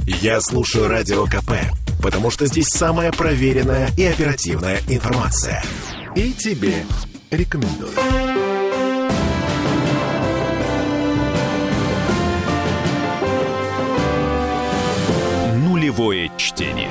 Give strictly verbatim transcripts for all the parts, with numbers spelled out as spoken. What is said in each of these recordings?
Я слушаю Радио КП, потому что здесь самая проверенная и оперативная информация. И тебе рекомендую. Нулевое чтение.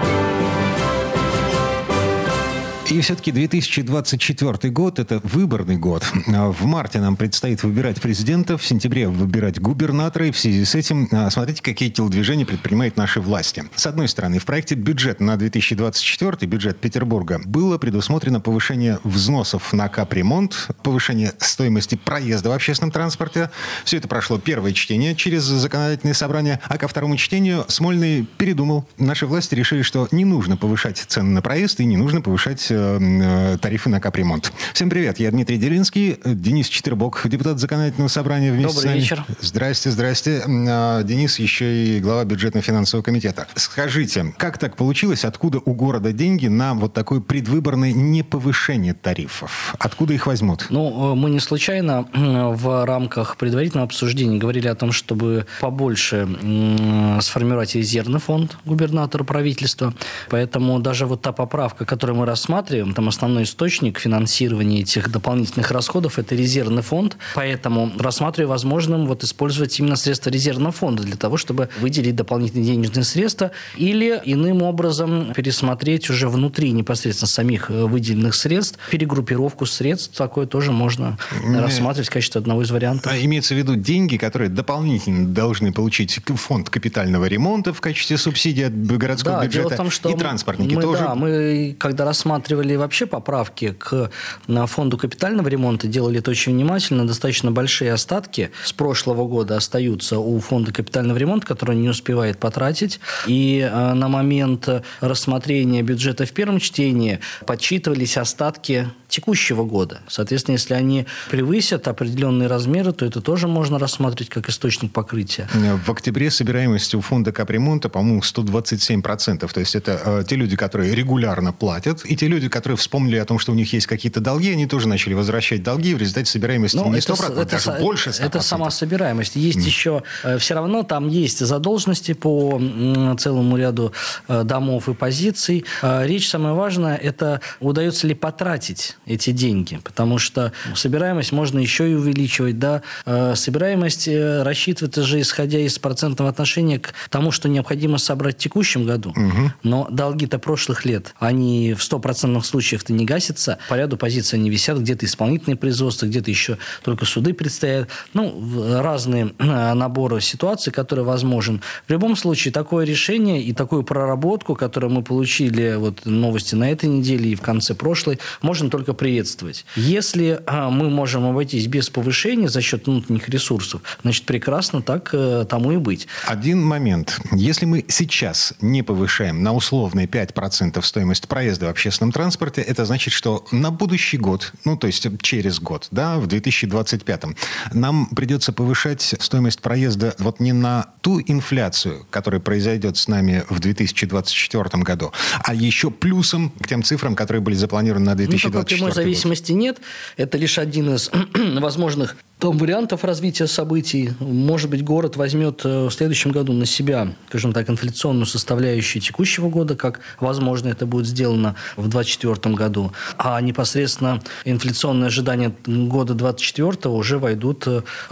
И все-таки две тысячи двадцать четвёртый год – это выборный год. В марте нам предстоит выбирать президента, в сентябре выбирать губернатора. И в связи с этим смотрите, какие телодвижения предпринимают наши власти. С одной стороны, в проекте бюджета на две тысячи двадцать четвёртый, бюджет Петербурга, было предусмотрено повышение взносов на капремонт, повышение стоимости проезда в общественном транспорте. Все это прошло первое чтение через законодательное собрание. А ко второму чтению Смольный передумал. Наши власти решили, что не нужно повышать цены на проезд и не нужно повышать тарифы на капремонт. Всем привет, я Дмитрий Делинский, Денис Четербок, депутат Законодательного собрания вместе Добрый с нами. вечер. Здрасте, здрасте. Денис еще и глава бюджетно-финансового комитета. Скажите, как так получилось, откуда у города деньги на вот такое предвыборное неповышение тарифов? Откуда их возьмут? Ну, мы не случайно в рамках предварительного обсуждения говорили о том, чтобы побольше сформировать резервный фонд губернатора, правительства. Поэтому даже вот та поправка, которую мы рассматриваем, там основной источник финансирования этих дополнительных расходов – это резервный фонд. Поэтому рассматриваю возможным вот использовать именно средства резервного фонда для того, чтобы выделить дополнительные денежные средства или иным образом пересмотреть уже внутри непосредственно самих выделенных средств перегруппировку средств. Такое тоже можно рассматривать в качестве одного из вариантов. А имеется в виду деньги, которые дополнительно должны получить фонд капитального ремонта в качестве субсидии от городского да, бюджета, дело в том, что и транспортники мы, тоже. Да, мы когда рассматривали вообще поправки к фонду капитального ремонта, делали это очень внимательно. Достаточно большие остатки с прошлого года остаются у фонда капитального ремонта, который он не успевает потратить. И на момент рассмотрения бюджета в первом чтении подсчитывались остатки текущего года. Соответственно, если они превысят определенные размеры, то это тоже можно рассматривать как источник покрытия. В октябре собираемость у фонда капремонта, по-моему, сто двадцать семь процентов. То есть это э, те люди, которые регулярно платят, и те люди, которые вспомнили о том, что у них есть какие-то долги, они тоже начали возвращать долги. В результате собираемости ну, не это, сто процентов, это, даже это, больше ста процентов. Это сама собираемость. Есть mm. еще... Э, все равно там есть задолженности по м, целому ряду э, домов и позиций. Э, речь самая важная – это удается ли потратить эти деньги. Потому что собираемость можно еще и увеличивать. Да? Э, собираемость э, рассчитывается же, исходя из процентного отношения к тому, что необходимо собрать в текущем году. Mm-hmm. Но долги-то прошлых лет, они в стопроцентных случаях-то не гасятся. По ряду позиций они висят. Где-то исполнительные производства, где-то еще только суды предстоят. Ну, разные наборы ситуаций, которые возможен. В любом случае, такое решение и такую проработку, которую мы получили, вот новости на этой неделе и в конце прошлой, можно только приветствовать. Если а, мы можем обойтись без повышения за счет внутренних ресурсов, значит, прекрасно так а, тому и быть. Один момент. Если мы сейчас не повышаем на условные пять процентов стоимость проезда в общественном транспорте, это значит, что на будущий год, ну, то есть через год, да, в две тысячи двадцать пятом, нам придется повышать стоимость проезда вот не на ту инфляцию, которая произойдет с нами в две тысячи двадцать четвёртом году, а еще плюсом к тем цифрам, которые были запланированы на две тысячи двадцать четвёртый год. Ну, такой прямой зависимости год. Нет. Это лишь один из возможных вариантов развития событий. Может быть, город возьмет в следующем году на себя, скажем так, инфляционную составляющую текущего года, как, возможно, это будет сделано в двадцать четвёртом году. А непосредственно инфляционные ожидания года двадцать четвёртого уже войдут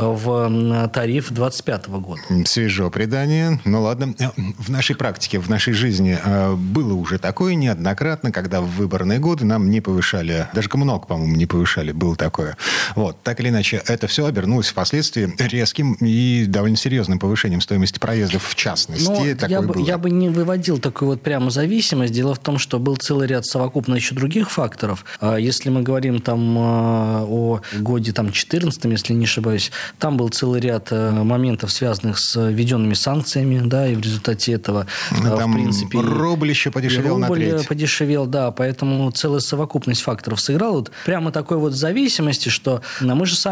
в тариф двадцать пятого года. Свежо предание. Ну, ладно. В нашей практике, в нашей жизни было уже такое неоднократно, когда в выборные годы нам не повышали, даже коммуналку, по-моему, не повышали. Было такое. Вот. Так или иначе, это все обернулось впоследствии резким и довольно серьезным повышением стоимости проездов в частности. Но такое я, бы, было. я бы не выводил такую вот прямо зависимость. Дело в том, что был целый ряд совокупно еще других факторов. Если мы говорим там о годе там, четырнадцатом, если не ошибаюсь, там был целый ряд моментов, связанных с введенными санкциями, да, и в результате этого, там в принципе... рубль еще подешевел на треть. Рубль подешевел, да, поэтому целая совокупность факторов сыграла. Вот прямо такой вот зависимости, что мы же сами и говорили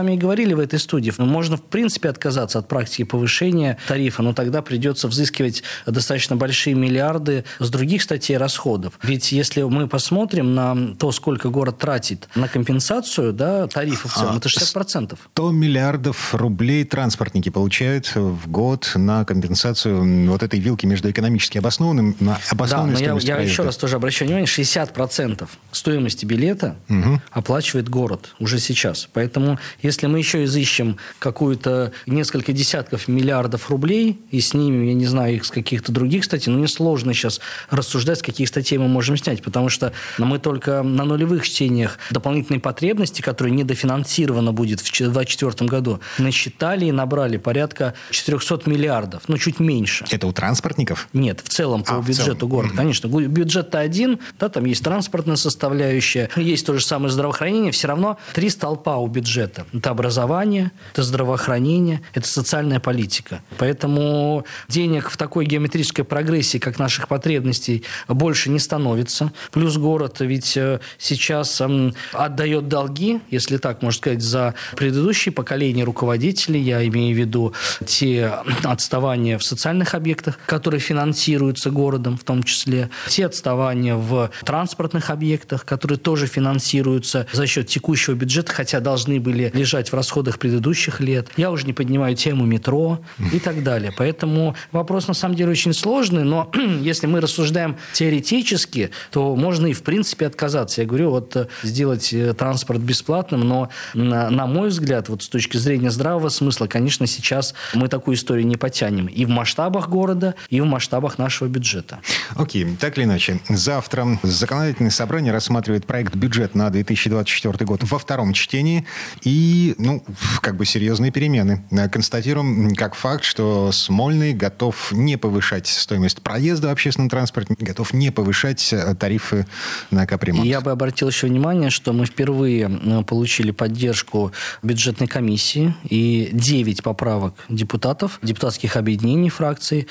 говорили в этой студии, можно, в принципе, отказаться от практики повышения тарифа, но тогда придется взыскивать достаточно большие миллиарды с других статей расходов. Ведь если мы посмотрим на то, сколько город тратит на компенсацию, да, тарифа в целом, а, это шестьдесят процентов. сто миллиардов рублей транспортники получают в год на компенсацию вот этой вилки между экономически обоснованным на обоснованной да, стоимостью я, я проезда. еще раз тоже обращаю внимание, шестьдесят процентов стоимости билета угу. оплачивает город уже сейчас. Поэтому, если мы еще изыщем какую-то несколько десятков миллиардов рублей и снимем, я не знаю, их с каких-то других статей, ну, несложно сейчас рассуждать, с каких статей мы можем снять, потому что мы только на нулевых чтениях дополнительной потребности, которая недофинансирована будет в две тысячи двадцать четвёртом году, насчитали и набрали порядка четыреста миллиардов, ну, чуть меньше. Это у транспортников? Нет, в целом по а, бюджету города. Mm-hmm. Конечно, бюджет-то один, да, там есть транспортная составляющая, есть то же самое здравоохранение, все равно три столпа у бюджета. Это образование, это здравоохранение, это социальная политика. Поэтому денег в такой геометрической прогрессии, как наших потребностей, больше не становится. Плюс город ведь сейчас отдает долги, если так можно сказать, за предыдущие поколения руководителей, я имею в виду те отставания в социальных объектах, которые финансируются городом в том числе, те отставания в транспортных объектах, которые тоже финансируются за счет текущего бюджета, хотя должны были лежать в расходах предыдущих лет. Я уже не поднимаю тему метро и так далее. Поэтому вопрос на самом деле очень сложный, но если мы рассуждаем теоретически, то можно и в принципе отказаться. Я говорю, вот сделать транспорт бесплатным, но на, на мой взгляд, вот с точки зрения здравого смысла, конечно, сейчас мы такую историю не потянем и в масштабах города, и в масштабах нашего бюджета. Окей, так или иначе, завтра законодательное собрание рассматривает проект бюджета на две тысячи двадцать четвёртый год во втором чтении и, ну, как бы серьезные перемены. Констатируем как факт, что Смольный готов не повышать стоимость проезда в общественном транспорте, готов не повышать тарифы на капремонт. Я бы обратил еще внимание, что мы впервые получили поддержку бюджетной комиссии и девять поправок депутатов, депутатских объединений фракций,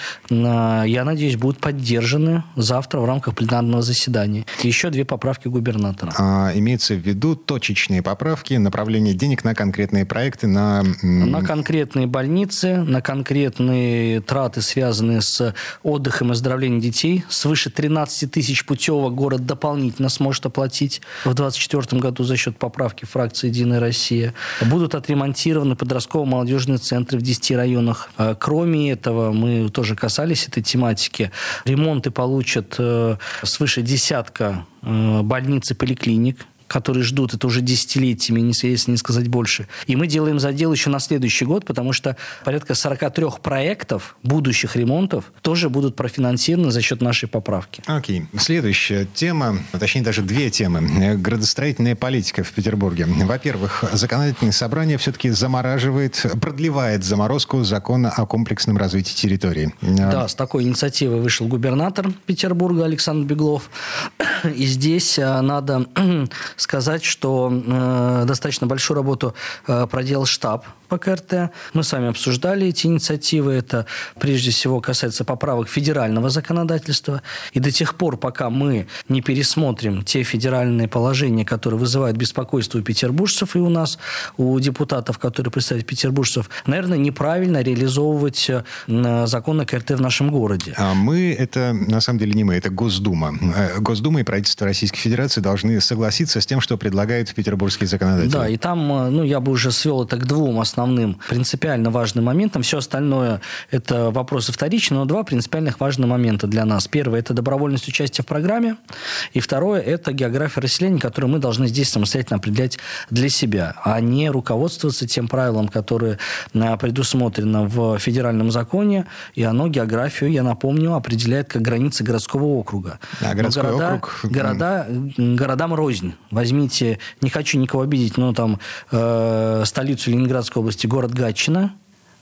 я надеюсь, будут поддержаны завтра в рамках пленарного заседания. И еще две поправки губернатора. А, имеется в виду точечные поправки, направление денег на конкретные проекты, на... На конкретные больницы, на конкретные траты, связанные с отдыхом и оздоровлением детей. Свыше тринадцать тысяч путевок город дополнительно сможет оплатить в двадцать четвёртом году за счет поправки фракции «Единая Россия». Будут отремонтированы подростково-молодежные центры в десяти районах. Кроме этого, мы тоже касались этой тематики. Ремонты получат свыше десятка больниц и поликлиник, которые ждут это уже десятилетиями, если не сказать больше. И мы делаем задел еще на следующий год, потому что порядка сорок три проектов будущих ремонтов тоже будут профинансированы за счет нашей поправки. Окей. Следующая тема, точнее даже две темы. Градостроительная политика в Петербурге. Во-первых, законодательное собрание все-таки замораживает, продлевает заморозку закона о комплексном развитии территории. Да, с такой инициативой вышел губернатор Петербурга Александр Беглов. И здесь надо сказать, что э, достаточно большую работу э, проделал штаб по ка эр тэ. Мы с вами обсуждали эти инициативы. Это, прежде всего, касается поправок федерального законодательства. И до тех пор, пока мы не пересмотрим те федеральные положения, которые вызывают беспокойство у петербуржцев и у нас, у депутатов, которые представляют петербуржцев, наверное, неправильно реализовывать э, закон о ка эр тэ в нашем городе. А мы, это, на самом деле, не мы, это Госдума. Госдума и правительство Российской Федерации должны согласиться с тем, что предлагают петербургские законодатели. Да, и там, ну, я бы уже свел это к двум основным принципиально важным моментам. Все остальное – это вопросы вторичные, но два принципиальных важных момента для нас. Первое – это добровольность участия в программе. И второе – это география расселения, которую мы должны здесь самостоятельно определять для себя, а не руководствоваться тем правилом, которое предусмотрено в федеральном законе. И оно географию, я напомню, определяет как границы городского округа. А городской города, округ... Города, городам рознь. Возьмите, не хочу никого обидеть, но там э, столицу Ленинградской области, город Гатчина,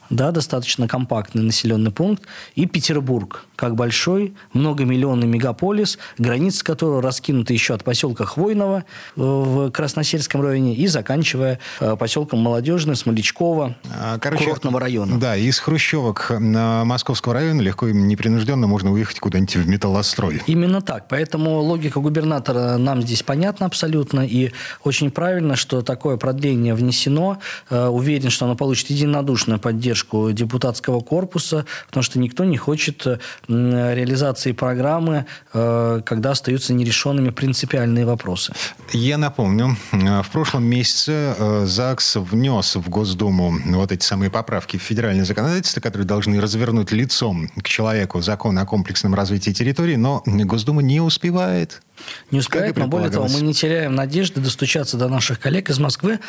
да, достаточно компактный населенный пункт, и Петербург, как большой многомиллионный мегаполис, границы которого раскинуты еще от поселка Хвойного в Красносельском районе и заканчивая поселком Молодежный, Смолячково, Короче, курортного района. Да, из хрущевок Московского района легко и непринужденно можно уехать куда-нибудь в металлострой. Именно так. Поэтому логика губернатора нам здесь понятна абсолютно. И очень правильно, что такое продление внесено. Уверен, что оно получит единодушную поддержку депутатского корпуса, потому что никто не хочет реализации программы, когда остаются нерешенными принципиальные вопросы. Я напомню, в прошлом месяце ЗАГС внес в Госдуму вот эти самые поправки в федеральное законодательство, которые должны развернуть лицом к человеку закон о комплексном развитии территории, но Госдума не успевает. Не успевает, но более того, мы не теряем надежды достучаться до наших коллег из Москвы.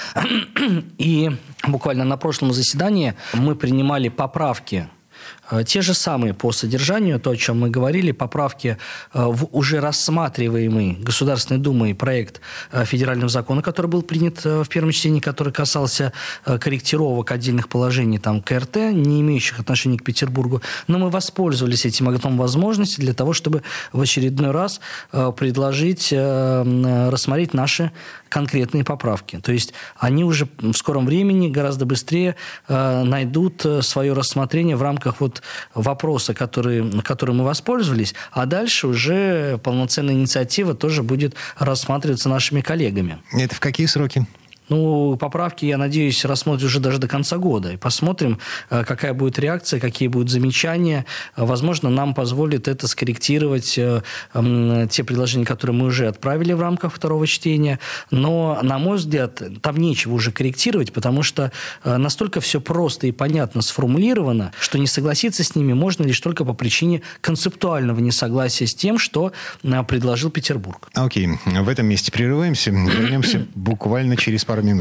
И буквально на прошлом заседании мы принимали поправки, те же самые по содержанию, то, о чем мы говорили, поправки в уже рассматриваемый Государственной Думой проект федерального закона, который был принят в первом чтении, который касался корректировок отдельных положений там, ка эр тэ, не имеющих отношения к Петербургу. Но мы воспользовались этим окном возможности для того, чтобы в очередной раз предложить рассмотреть наши конкретные поправки. То есть они уже в скором времени гораздо быстрее найдут свое рассмотрение в рамках вот вопроса, который, которым мы воспользовались, а дальше уже полноценная инициатива тоже будет рассматриваться нашими коллегами. Это в какие сроки? Ну, поправки, я надеюсь, рассмотрим уже даже до конца года. И посмотрим, какая будет реакция, какие будут замечания. Возможно, нам позволит это скорректировать те предложения, которые мы уже отправили в рамках второго чтения. Но, на мой взгляд, там нечего уже корректировать, потому что настолько все просто и понятно сформулировано, что не согласиться с ними можно лишь только по причине концептуального несогласия с тем, что предложил Петербург. Окей. В этом месте прерываемся. Вернемся буквально через пару минут.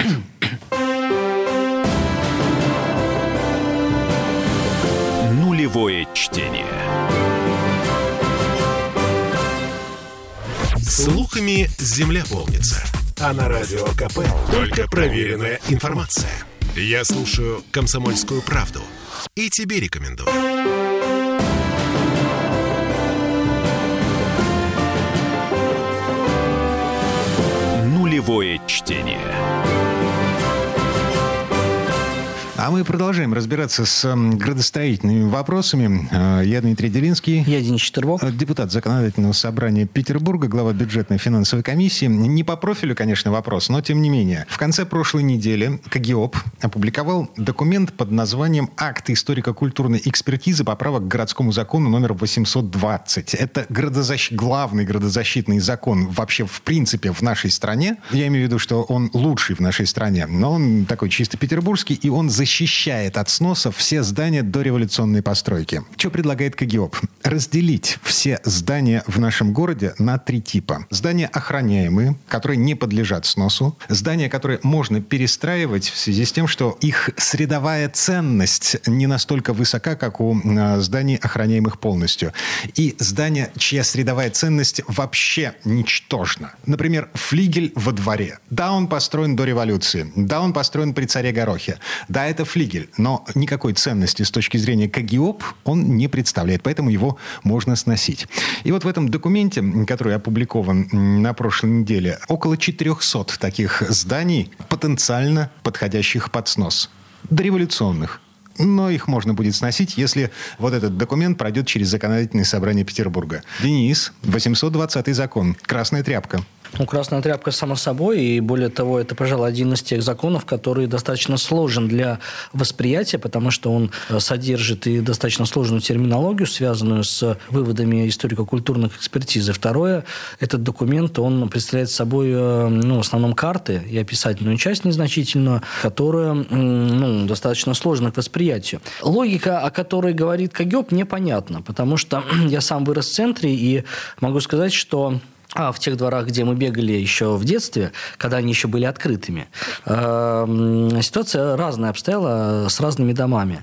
Нулевое чтение. Слухами земля полнится. А на радио ка пэ только проверенная информация. Я слушаю «Комсомольскую правду» и тебе рекомендую. Нулевое чтение. А мы продолжаем разбираться с градостроительными вопросами. Я Дмитрий Делинский. Я Денис Четербок. Депутат Законодательного собрания Петербурга, глава бюджетной финансовой комиссии. Не по профилю, конечно, вопрос, но тем не менее. В конце прошлой недели КГИОП опубликовал документ под названием «Акт историко-культурной экспертизы поправок к городскому закону номер восемьсот двадцать». Это градозащ... главный градозащитный закон вообще в принципе в нашей стране. Я имею в виду, что он лучший в нашей стране, но он такой чисто петербургский, и он защищает защищает от сносов все здания дореволюционной постройки. Что предлагает КГИОП? Разделить все здания в нашем городе на три типа. Здания охраняемые, которые не подлежат сносу. Здания, которые можно перестраивать в связи с тем, что их средовая ценность не настолько высока, как у зданий, охраняемых полностью. И здания, чья средовая ценность вообще ничтожна. Например, флигель во дворе. Да, он построен до революции. Да, он построен при царе Горохе. Да, это флигель, но никакой ценности с точки зрения КГИОП он не представляет, поэтому его можно сносить. И вот в этом документе, который опубликован на прошлой неделе, около четырехсот таких зданий, потенциально подходящих под снос. Дореволюционных. Но их можно будет сносить, если вот этот документ пройдет через законодательное собрание Петербурга. Денис, восемьсот двадцатый закон. Красная тряпка. Ну, красная тряпка, само собой, и более того, это, пожалуй, один из тех законов, который достаточно сложен для восприятия, потому что он содержит и достаточно сложную терминологию, связанную с выводами историко-культурных экспертиз. И второе, этот документ, он представляет собой, ну, в основном карты и описательную часть незначительную, которая, ну, достаточно сложна к восприятию. Логика, о которой говорит КГИОП, непонятна, потому что я сам вырос в центре, и могу сказать, что а в тех дворах, где мы бегали еще в детстве, когда они еще были открытыми, ситуация разная обстояла с разными домами.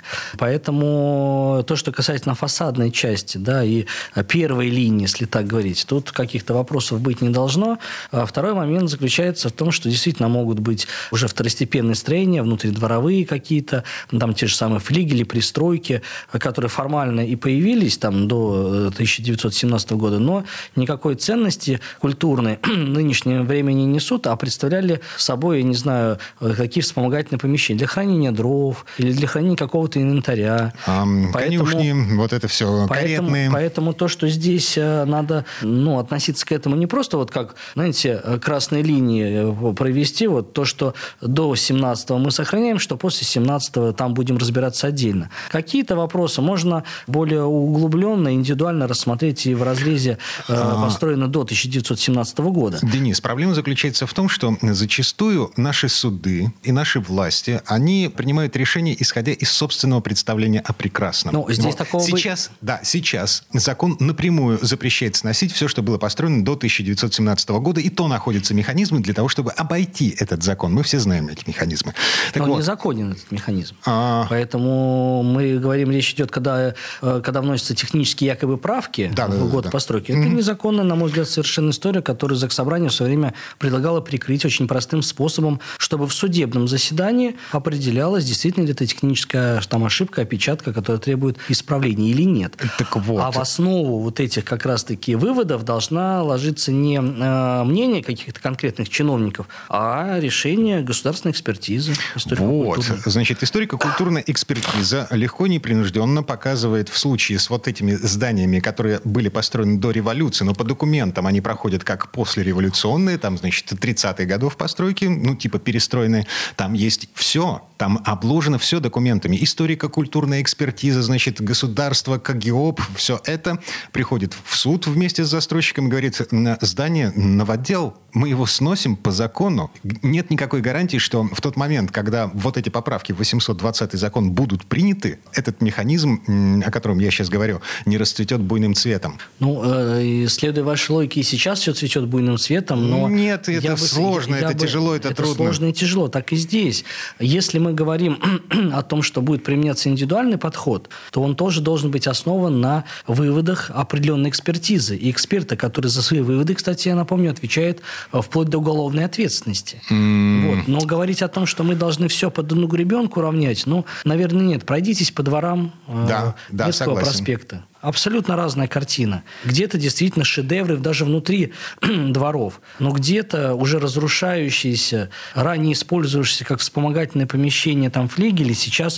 Поэтому то, что касательно фасадной части, да, и первой линии, если так говорить, тут каких-то вопросов быть не должно. А второй момент заключается в том, что действительно могут быть уже второстепенные строения, внутридворовые какие-то, там те же самые флигели, пристройки, которые формально и появились там до тысяча девятьсот семнадцатого года, но никакой ценности культурной в нынешнее время не несут, а представляли собой, я не знаю, какие вспомогательные помещения для хранения дров или для хранения какого-то инвентаря. А, поэтому, конюшни, вот это все, поэтому, каретные. Поэтому то, что здесь надо, ну, относиться к этому не просто вот как, знаете, красной линии провести, вот то, что до семнадцатого мы сохраняем, что после семнадцатого там будем разбираться отдельно. Какие-то вопросы можно более углубленно, индивидуально рассмотреть и в разрезе а... построено до тысяча девятьсот семнадцатого года. Денис, проблема заключается в том, что зачастую наши суды и наши власти, они принимают решения, исходя из собственного представления о прекрасном. Ну, здесь вот. такого... Сейчас, да, сейчас закон напрямую запрещает сносить все, что было построено до тысяча девятьсот семнадцатого года, и то находятся механизмы для того, чтобы обойти этот закон. Мы все знаем эти механизмы. Так Но вот. незаконен этот механизм. А... Поэтому мы говорим, речь идет, когда, когда вносятся технические якобы правки да, в да, год да, постройки. да. Это Mm-hmm. незаконно, на мой взгляд, совершенно история, которую Заксобрание в свое время предлагало прикрыть очень простым способом, чтобы в судебном заседании определялось, действительно ли это техническая там, ошибка, опечатка, которая требует исправления или нет. Так вот. А в основу вот этих как раз-таки выводов должна ложиться не э, мнение каких-то конкретных чиновников, а решение государственной экспертизы. Вот. Значит, историко-культурная экспертиза легко, непринужденно показывает в случае с вот этими зданиями, которые были построены до революции, но по документам они проходят как послереволюционные, там, значит, тридцатых годов постройки, ну, типа перестроенные. Там есть все. Там обложено все документами. Историко-культурная экспертиза, значит, государство, КГИОП, все это приходит в суд вместе с застройщиком и говорит, здание новодел, мы его сносим по закону. Нет никакой гарантии, что в тот момент, когда вот эти поправки в восемьсот двадцатый закон будут приняты, этот механизм, о котором я сейчас говорю, не расцветет буйным цветом. Ну, э, следуя вашей логике, и сейчас все цветет буйным цветом, но... Нет, это бы, сложно, я, это я тяжело, бы, это, это трудно. сложно и тяжело, так и здесь. Если мы говорим о том, что будет применяться индивидуальный подход, то он тоже должен быть основан на выводах определенной экспертизы. И эксперта, который за свои выводы, кстати, я напомню, отвечает вплоть до уголовной ответственности. Mm. Вот. Но говорить о том, что мы должны все под одну гребенку равнять, ну, наверное, нет. Пройдитесь по дворам да, э, да, Невского согласен. проспекта. Абсолютно разная картина. Где-то действительно шедевры даже внутри дворов, но где-то уже разрушающиеся, ранее использовавшиеся как вспомогательное помещение там флигели, сейчас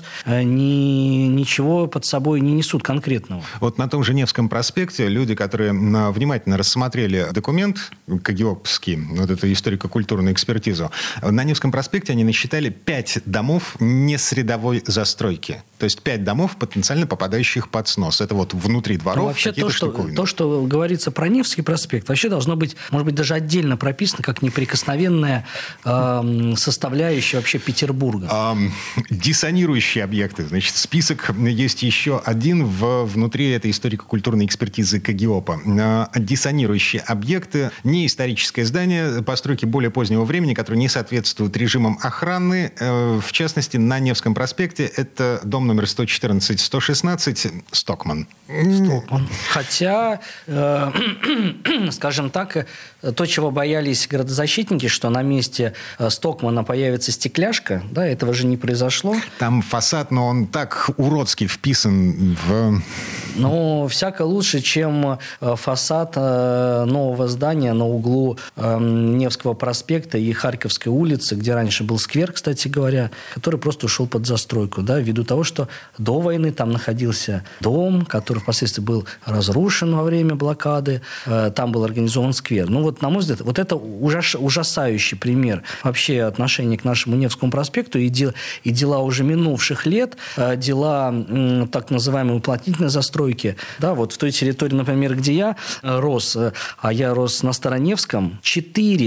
ни, ничего под собой не несут конкретного. Вот на том же Невском проспекте люди, которые внимательно рассмотрели документ КГИОПский, вот эту историко-культурную экспертизу, на Невском проспекте они насчитали пять домов несредовой застройки. То есть пять домов, потенциально попадающих под снос. Это вот внутри дворов ну, вообще какие-то то, что, штуковины. то, что говорится про Невский проспект, вообще должно быть, может быть, даже отдельно прописано, как неприкосновенная э, составляющая вообще Петербурга. Эм, диссонирующие объекты. Значит, список есть еще один в, внутри этой историко-культурной экспертизы КГИОПа. Э, диссонирующие объекты, не историческое здание, постройки более позднего времени, которые не соответствуют режимам охраны. Э, в частности, на Невском проспекте это дом номер сто четырнадцать сто шестнадцать Стокман. Стокман. Хотя, э, скажем так, то, чего боялись городозащитники, что на месте Стокмана появится стекляшка, да, этого же не произошло. Там фасад, но он так уродски вписан в... Ну, всяко лучше, чем фасад нового здания на углу Невского проспекта и Харьковской улицы, где раньше был сквер, кстати говоря, который просто ушел под застройку, да, ввиду того, что до войны там находился дом, который впоследствии был разрушен во время блокады, там был организован сквер. Ну, вот, на мой взгляд, вот это ужас, ужасающий пример вообще отношения к нашему Невскому проспекту и, дел, и дела уже минувших лет, дела м, так называемой уплотнительной застройки. Да, вот в той территории, например, где я рос, а я рос на Староневском, четыре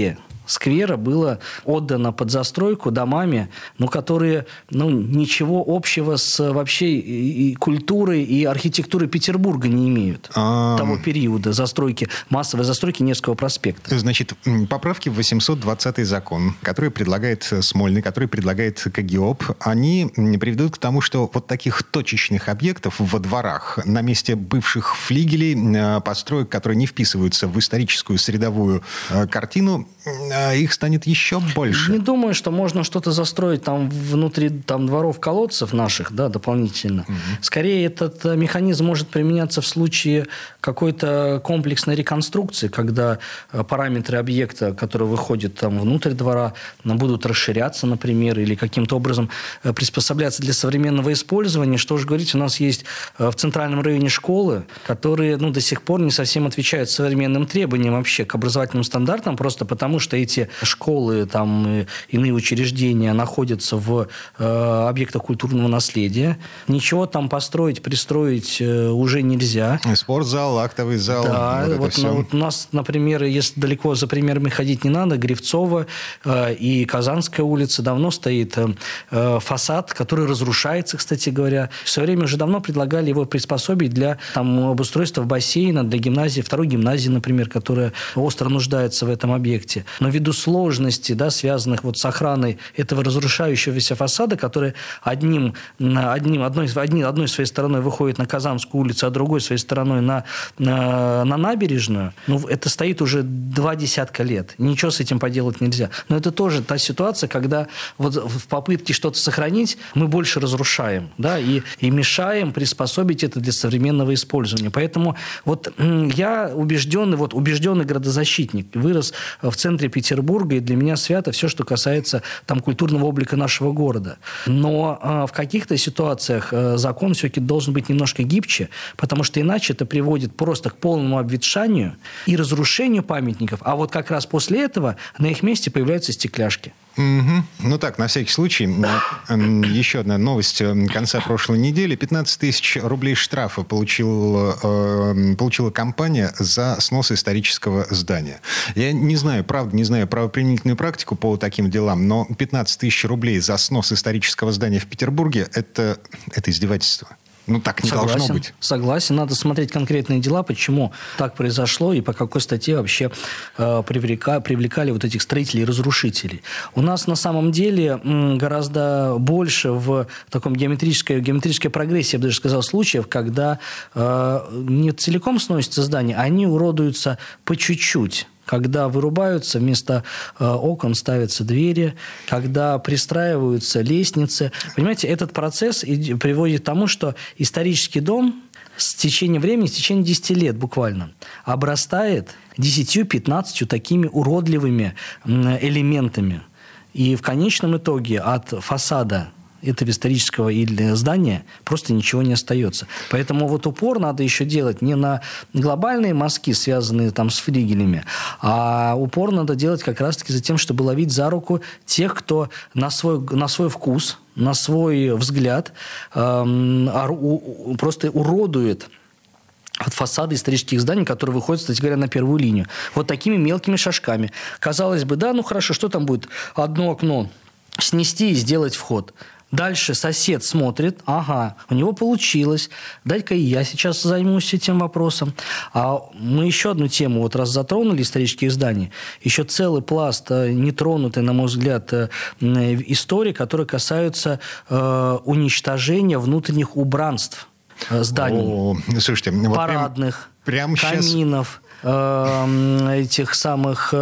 сквера было отдано под застройку домами, ну, которые ну, ничего общего с вообще и, и культурой, и архитектурой Петербурга не имеют. А... того периода застройки, массовой застройки Невского проспекта. Значит, поправки в восемьсот двадцатый закон, который предлагает Смольный, который предлагает КГИОП, они приведут к тому, что вот таких точечных объектов во дворах на месте бывших флигелей, построек, которые не вписываются в историческую средовую картину, их станет еще больше. Не думаю, что можно что-то застроить там внутри там, дворов колодцев наших, да, дополнительно. Угу. Скорее, этот механизм может применяться в случае какой-то комплексной реконструкции, когда параметры объекта, которые выходят там внутрь двора, будут расширяться, например, или каким-то образом приспосабляться для современного использования. Что же говорить, у нас есть в центральном районе школы, которые ну, до сих пор не совсем отвечают современным требованиям вообще к образовательным стандартам, просто потому что эти школы, там, иные учреждения находятся в э, объектах культурного наследия. Ничего там построить, пристроить э, уже нельзя. Спортзал, актовый зал. Да, вот вот, ну, вот у нас, например, если далеко за примерами ходить не надо, Гривцова э, и Казанская улица, давно стоит э, фасад, который разрушается, кстати говоря. В свое время уже давно предлагали его приспособить для там, обустройства бассейна, для гимназии, второй гимназии, например, которая остро нуждается в этом объекте. Но ввиду сложности, да, связанных вот с охраной этого разрушающегося фасада, который одним, одним, одной, одни, одной своей стороной выходит на Казанскую улицу, а другой своей стороной на, на, на набережную, ну, это стоит уже два десятка лет. Ничего с этим поделать нельзя. Но это тоже та ситуация, когда вот в попытке что-то сохранить мы больше разрушаем, да, и, и мешаем приспособить это для современного использования. Поэтому вот я убежденный, вот убежденный градозащитник, вырос в центре Петербурга, и для меня свято все, что касается там, культурного облика нашего города. Но э, в каких-то ситуациях э, закон все-таки должен быть немножко гибче, потому что иначе это приводит просто к полному обветшанию и разрушению памятников. А вот как раз после этого на их месте появляются стекляшки. Угу. Ну так, на всякий случай, еще одна новость конца прошлой недели. пятнадцать тысяч рублей штрафа получил, э, получила компания за снос исторического здания. Я не знаю, правда, не знаю правоприменительную практику по таким делам, но пятнадцать тысяч рублей за снос исторического здания в Петербурге – это, это издевательство. Ну, так не согласен, должно быть. Согласен. Надо смотреть конкретные дела, почему так произошло и по какой статье вообще э, привлека, привлекали вот этих строителей и разрушителей. У нас на самом деле м, гораздо больше в таком геометрической, геометрической прогрессии, я бы даже сказал, случаев, когда э, не целиком сносятся здания, а они уродуются по чуть-чуть. Когда вырубаются, вместо э, окон ставятся двери, когда пристраиваются лестницы. Понимаете, этот процесс и, приводит к тому, что исторический дом с течением времени, с течением десяти лет буквально, обрастает десятью-пятнадцатью такими уродливыми элементами. И в конечном итоге от фасада этого исторического или здания просто ничего не остается. Поэтому вот упор надо еще делать не на глобальные мазки, связанные там с флигелями, а упор надо делать как раз-таки за тем, чтобы ловить за руку тех, кто на свой, на свой вкус, на свой взгляд эм, ору, просто уродует от фасада исторических зданий, которые выходят, кстати говоря, на первую линию. Вот такими мелкими шажками. Казалось бы, да, ну хорошо, что там будет? Одно окно снести и сделать вход. Дальше сосед смотрит, ага, у него получилось, дай-ка и я сейчас займусь этим вопросом. А мы еще одну тему, вот раз затронули исторические здания, еще целый пласт нетронутый, на мой взгляд, истории, которые касаются э, уничтожения внутренних убранств зданий. О, слушайте, вот парадных, прям, прям каминов. Сейчас... этих самых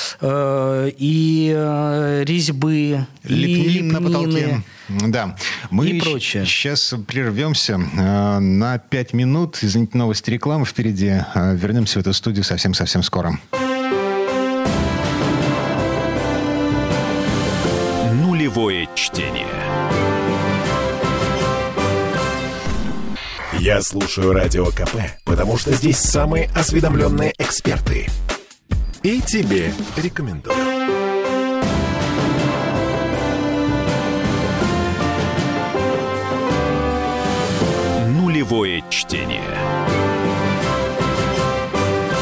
э, и э, резьбы, Лепнин и лепнины. На потолке. Да. Мы и прочее. Сейчас прервемся э, на пять минут. Извините, новости, реклама впереди. Э, вернемся в эту студию совсем-совсем скоро. Нулевое чтение. Я слушаю Радио КП, потому что здесь самые осведомленные эксперты. И тебе рекомендую. Нулевое чтение.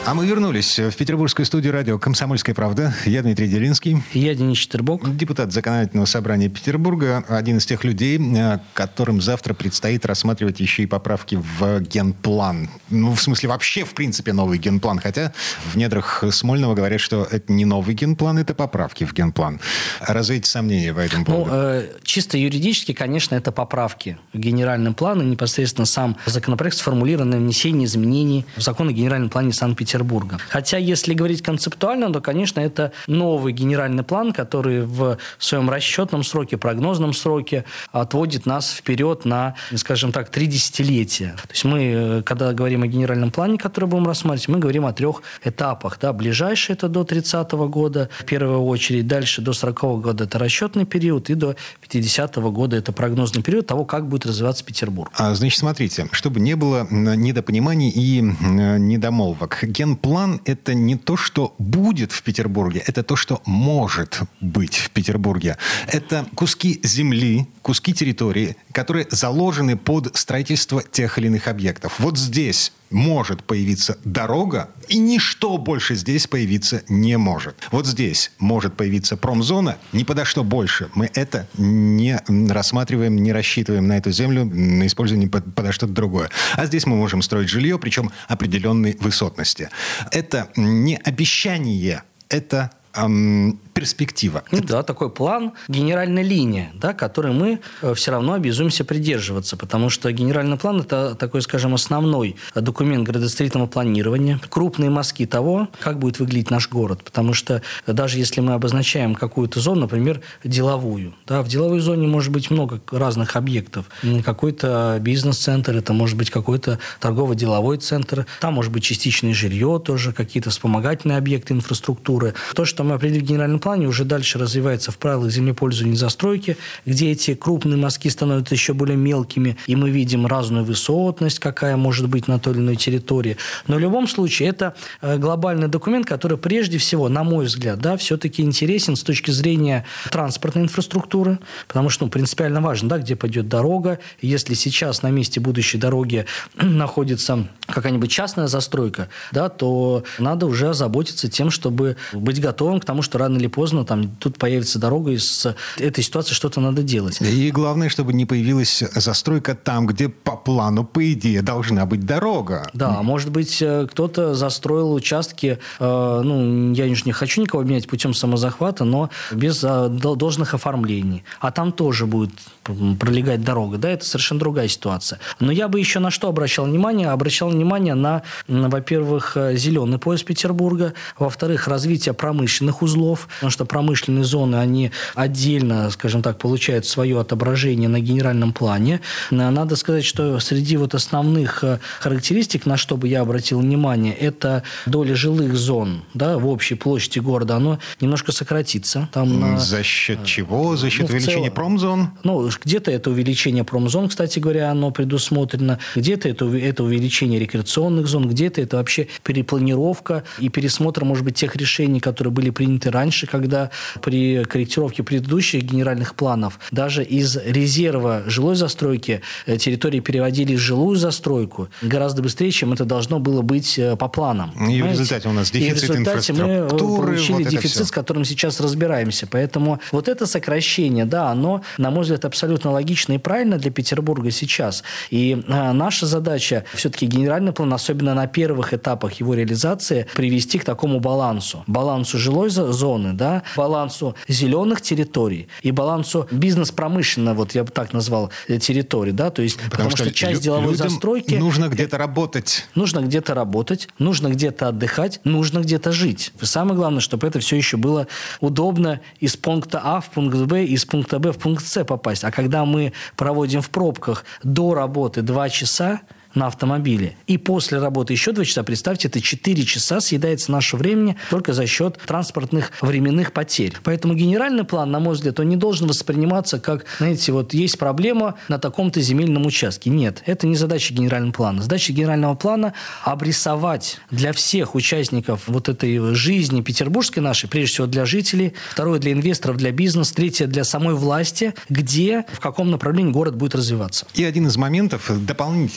А мы вернулись в петербургскую студию радио «Комсомольская правда». Я Дмитрий Делинский. Я Денис Четербок. Депутат Законодательного собрания Петербурга. Один из тех людей, которым завтра предстоит рассматривать еще и поправки в генплан. Ну, в смысле, вообще, в принципе, новый генплан. Хотя в недрах Смольного говорят, что это не новый генплан, это поправки в генплан. Развейте сомнения по этому поводу. Ну, э, чисто юридически, конечно, это поправки в генеральном плане. Непосредственно сам законопроект сформулирован на внесение изменений в закон о генеральном плане Санкт-Петербурга. Хотя, если говорить концептуально, то, конечно, это новый генеральный план, который в своем расчетном сроке, прогнозном сроке отводит нас вперед на, скажем так, три десятилетия. То есть мы, когда говорим о генеральном плане, который будем рассматривать, мы говорим о трех этапах. Да? Ближайший – это до тридцатого года, в первую очередь. Дальше до сорокового года – это расчетный период. И до пятидесятого года – это прогнозный период того, как будет развиваться Петербург. А, значит, смотрите, чтобы не было недопониманий и недомолвок. Генплан – это не то, что будет в Петербурге, это то, что может быть в Петербурге. Это куски земли, куски территории, которые заложены под строительство тех или иных объектов. Вот здесь может появиться дорога, и ничто больше здесь появиться не может. Вот здесь может появиться промзона, ни подо что больше. Мы это не рассматриваем, не рассчитываем на эту землю, на использование под, подо что-то другое. А здесь мы можем строить жилье, причем определенной высотности. Это не обещание, это эм, перспектива. Ну, да, такой план, генеральная линия, да, которой мы все равно обязуемся придерживаться, потому что генеральный план – это такой, скажем, основной документ градостроительного планирования, крупные мазки того, как будет выглядеть наш город. Потому что даже если мы обозначаем какую-то зону, например, деловую, да, в деловой зоне может быть много разных объектов. Какой-то бизнес-центр, это может быть какой-то торгово-деловой центр, там может быть частичное жилье тоже, какие-то вспомогательные объекты инфраструктуры. То, что мы определили в генеральном плане, уже дальше развивается в правилах землепользования и застройки, где эти крупные мазки становятся еще более мелкими, и мы видим разную высотность, какая может быть на той или иной территории. Но в любом случае это глобальный документ, который прежде всего, на мой взгляд, да, все-таки интересен с точки зрения транспортной инфраструктуры, потому что ну, принципиально важно, да, где пойдет дорога. Если сейчас на месте будущей дороги находится какая-нибудь частная застройка, да, то надо уже озаботиться тем, чтобы быть готовым к тому, что рано или поздно там, тут появится дорога, и с этой ситуацией что-то надо делать. И главное, чтобы не появилась застройка там, где по плану, по идее, должна быть дорога. Да, может быть, кто-то застроил участки, э, ну, я не хочу никого менять путем самозахвата, но без э, должных оформлений. А там тоже будет пролегать дорога. Да, это совершенно другая ситуация. Но я бы еще на что обращал внимание? Обращал внимание на, на во-первых, зеленый пояс Петербурга, во-вторых, развитие промышленных узлов, потому что промышленные зоны, они отдельно, скажем так, получают свое отображение на генеральном плане. Надо сказать, что среди вот основных характеристик, на что бы я обратил внимание, это доля жилых зон, да, в общей площади города, оно немножко сократится. Там, За счет чего? За счет ну, увеличения целом, промзон? Ну, где-то это увеличение промзон, кстати говоря, оно предусмотрено, где-то это, это увеличение рекреационных зон, где-то это вообще перепланировка и пересмотр, может быть, тех решений, которые были приняты раньше, когда при корректировке предыдущих генеральных планов даже из резерва жилой застройки территории переводили в жилую застройку гораздо быстрее, чем это должно было быть по планам. И понимаете? В результате у нас дефицит инфраструктуры. И в результате мы получили вот дефицит, с которым сейчас разбираемся. Поэтому вот это сокращение, да, оно, на мой взгляд, абсолютно логично и правильно для Петербурга сейчас. И а, наша задача все-таки генеральный план, особенно на первых этапах его реализации, привести к такому балансу. Балансу жилой зоны, да, балансу зеленых территорий и балансу бизнес-промышленной, вот я бы так назвал, территорий, да, то есть потому, потому что, что часть деловой застройки нужно где-то работать. Нужно где-то работать, нужно где-то отдыхать, нужно где-то жить. И самое главное, чтобы это все еще было удобно из пункта А в пункт Б, из пункта Б в пункт С попасть. А когда мы проводим в пробках до работы два часа, на автомобиле. И после работы еще два часа, представьте, это четыре часа съедается нашего времени только за счет транспортных временных потерь. Поэтому генеральный план, на мой взгляд, он не должен восприниматься как, знаете, вот есть проблема на таком-то земельном участке. Нет, это не задача генерального плана. Задача генерального плана – обрисовать для всех участников вот этой жизни петербургской нашей, прежде всего для жителей, второе – для инвесторов, для бизнеса, третье – для самой власти, где, в каком направлении город будет развиваться. И один из моментов дополнительных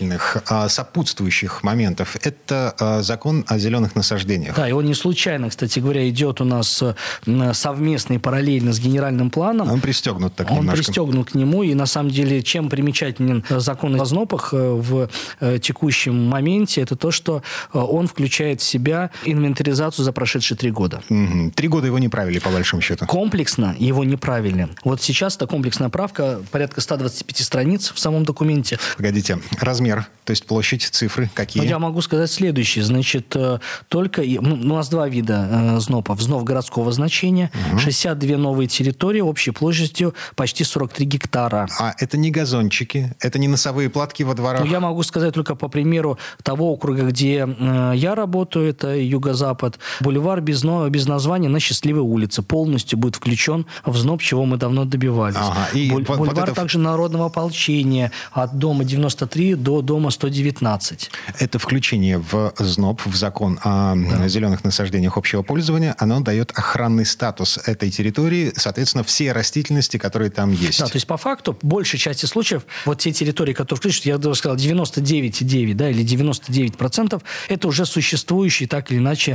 сопутствующих моментов. Это закон о зеленых насаждениях. Да, и он не случайно, кстати говоря, идет у нас совместно и параллельно с генеральным планом. Он пристегнут так Он немножко. пристегнут к нему. И на самом деле, чем примечателен закон о ЗНОПах в текущем моменте, это то, что он включает в себя инвентаризацию за прошедшие три года. Угу. Три года его не правили, по большому счету. Комплексно его не правили. Вот сейчас эта комплексная правка, порядка сто двадцать пять страниц в самом документе. Погодите, размер, то есть площадь, цифры какие? Ну, я могу сказать следующее. Значит, только... Ну, у нас два вида ЗНОПов. ЗНОП городского значения, угу. шестьдесят две новые территории общей площадью почти сорок три гектара. А это не газончики, это не носовые платки во дворах? Ну, я могу сказать только по примеру того округа, где э, я работаю, это юго-запад. Бульвар без, но, без названия на Счастливой улице полностью будет включен в ЗНОП, чего мы давно добивались. Ага, и Буль, вот, бульвар вот это... также Народного ополчения от дома девяносто три до дома сто девятнадцать. Это включение в ЗНОП, в закон о да. зеленых насаждениях общего пользования, оно дает охранный статус этой территории, соответственно, все растительности, которые там есть. Да, то есть по факту, в большей части случаев, вот те территории, которые включат, я даже сказал, девяносто девять целых девять десятых, да, или девяносто девять процентов, это уже существующий, так или иначе,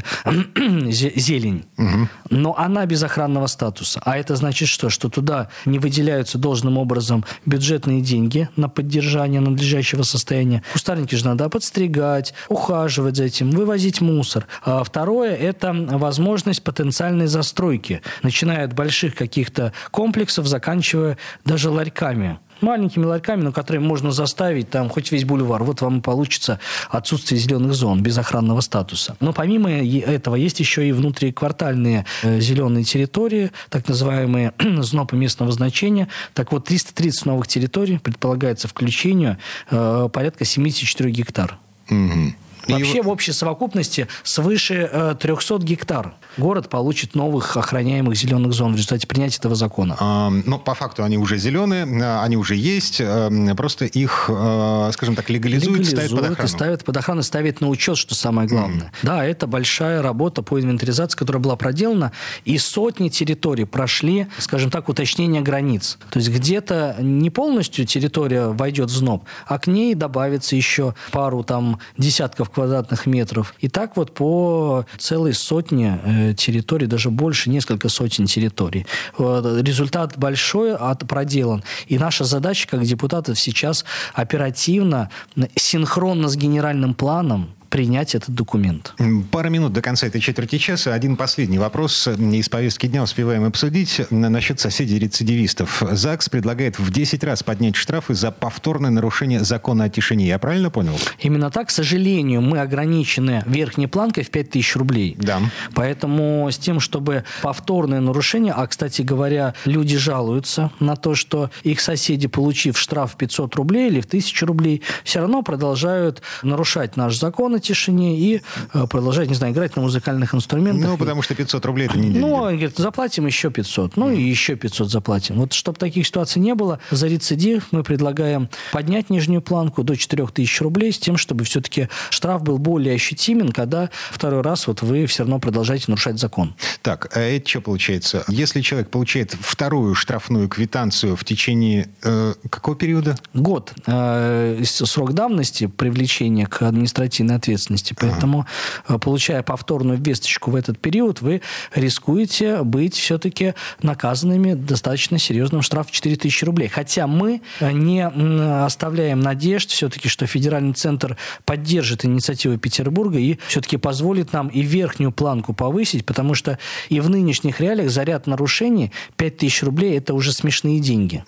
зелень. Угу. Но она без охранного статуса. А это значит что? Что туда не выделяются должным образом бюджетные деньги на поддержание надлежащего состояния. Кустарники же надо подстригать, ухаживать за этим, вывозить мусор. А второе – это возможность потенциальной застройки, начиная от больших каких-то комплексов, заканчивая даже ларьками. Маленькими ларьками, но которые можно заставить там хоть весь бульвар. Вот вам и получится отсутствие зеленых зон без охранного статуса. Но помимо этого есть еще и внутриквартальные э, зеленые территории, так называемые ЗНОПы местного значения. Так вот, триста тридцать новых территорий предполагается включению э, порядка семьдесят четыре гектар. Угу. Вообще И... в общей совокупности свыше э, триста гектар город получит новых охраняемых зеленых зон в результате принятия этого закона. А, но по факту они уже зеленые, они уже есть, просто их, скажем так, легализуют, легализуют ставят под охрану. И ставят под охрану, ставят на учет, что самое главное. Mm. Да, это большая работа по инвентаризации, которая была проделана, и сотни территорий прошли, скажем так, уточнение границ. То есть где-то не полностью территория войдет в ЗНОП, а к ней добавится еще пару там десятков квадратных метров. И так вот по целой сотне э, территорий, даже больше, несколько сотен территорий. Э, результат большой, от, проделан. И наша задача, как депутатов, сейчас оперативно, синхронно с генеральным планом принять этот документ. Пара минут до конца этой четверти часа. Один последний вопрос из повестки дня успеваем обсудить насчет соседей-рецидивистов. ЗАГС предлагает в десять раз поднять штрафы за повторное нарушение закона о тишине. Я правильно понял? Именно так. К сожалению, мы ограничены верхней планкой в пять тысяч рублей. Да. Поэтому с тем, чтобы повторное нарушение, а, кстати говоря, люди жалуются на то, что их соседи, получив штраф в пятьсот рублей или в тысячу рублей, все равно продолжают нарушать наш закон о тишине и э, продолжать, не знаю, играть на музыкальных инструментах. Ну, потому что пятьсот рублей это не деньги. Ну, они говорят, заплатим еще пятьсот. Ну, и еще пятьсот заплатим. Вот, чтобы таких ситуаций не было, за рецидив мы предлагаем поднять нижнюю планку до четырех тысяч рублей с тем, чтобы все-таки штраф был более ощутимен, когда второй раз вот вы все равно продолжаете нарушать закон. Так, а это что получается? Если человек получает вторую штрафную квитанцию в течение э, какого периода? Год. Э, срок давности привлечения к административной ответственности. Поэтому, ага. получая повторную весточку в этот период, вы рискуете быть все-таки наказанными достаточно серьезным штрафом четыре тысячи рублей. Хотя мы не оставляем надежд все-таки, что федеральный центр поддержит инициативу Петербурга и все-таки позволит нам и верхнюю планку повысить, потому что и в нынешних реалиях за ряд нарушений пять тысяч рублей – это уже смешные деньги.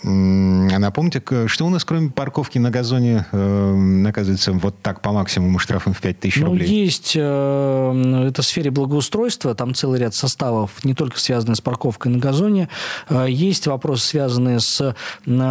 А напомните, что у нас кроме парковки на газоне э, наказывается вот так по максимуму штрафом в пять тысяч рублей? Ну, есть э, это в сфере благоустройства, там целый ряд составов, не только связанные с парковкой на газоне. Э, есть вопросы, связанные с э,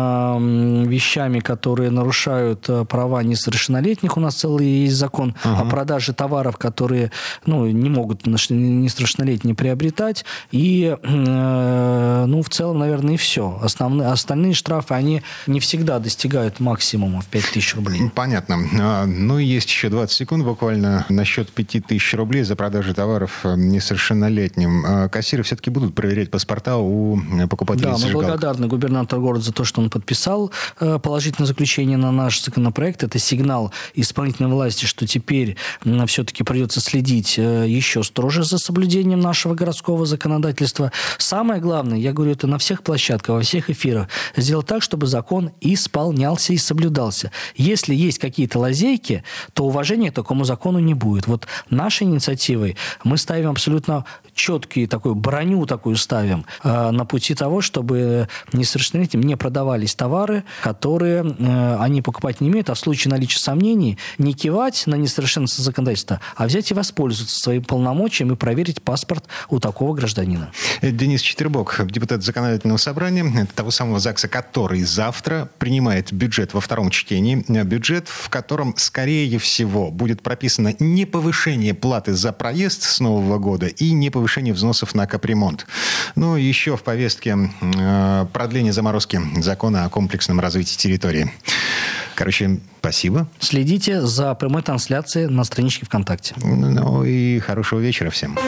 вещами, которые нарушают э, права несовершеннолетних. У нас целый есть закон ага. о продаже товаров, которые ну, не могут несовершеннолетние приобретать. И, э, ну, в целом, наверное, и все. Основные, остальные штрафы, они не всегда достигают максимума в пять тысяч рублей. Понятно. Ну, и есть еще двадцать секунд. буквально на счет пяти тысяч рублей за продажу товаров несовершеннолетним. Кассиры все-таки будут проверять паспорта у покупателей зажигалок. Да, мы благодарны губернатору города за то, что он подписал положительное заключение на наш законопроект. Это сигнал исполнительной власти, что теперь все-таки придется следить еще строже за соблюдением нашего городского законодательства. Самое главное, я говорю это на всех площадках, во всех эфирах, сделать так, чтобы закон исполнялся и соблюдался. Если есть какие-то лазейки, то уважения к такому закону не будет. Вот нашей инициативой мы ставим абсолютно четкие, такую броню такую ставим э, на пути того, чтобы несовершеннолетним не продавались товары, которые э, они покупать не имеют, а в случае наличия сомнений не кивать на несовершенство законодательства, а взять и воспользоваться своим полномочием и проверить паспорт у такого гражданина. Денис Четербок, депутат Законодательного собрания, того самого ЗАГСа, который завтра принимает бюджет во втором чтении. Бюджет, в котором, скорее всего, будет прописано не повышение платы за проезд с Нового года и не повышение взносов на капремонт. Ну, еще в повестке э, продление заморозки закона о комплексном развитии территории. Короче, спасибо. Следите за прямой трансляцией на страничке ВКонтакте. Ну и хорошего вечера всем.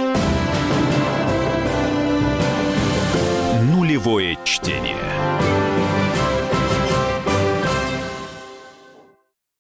Нулевое чтение.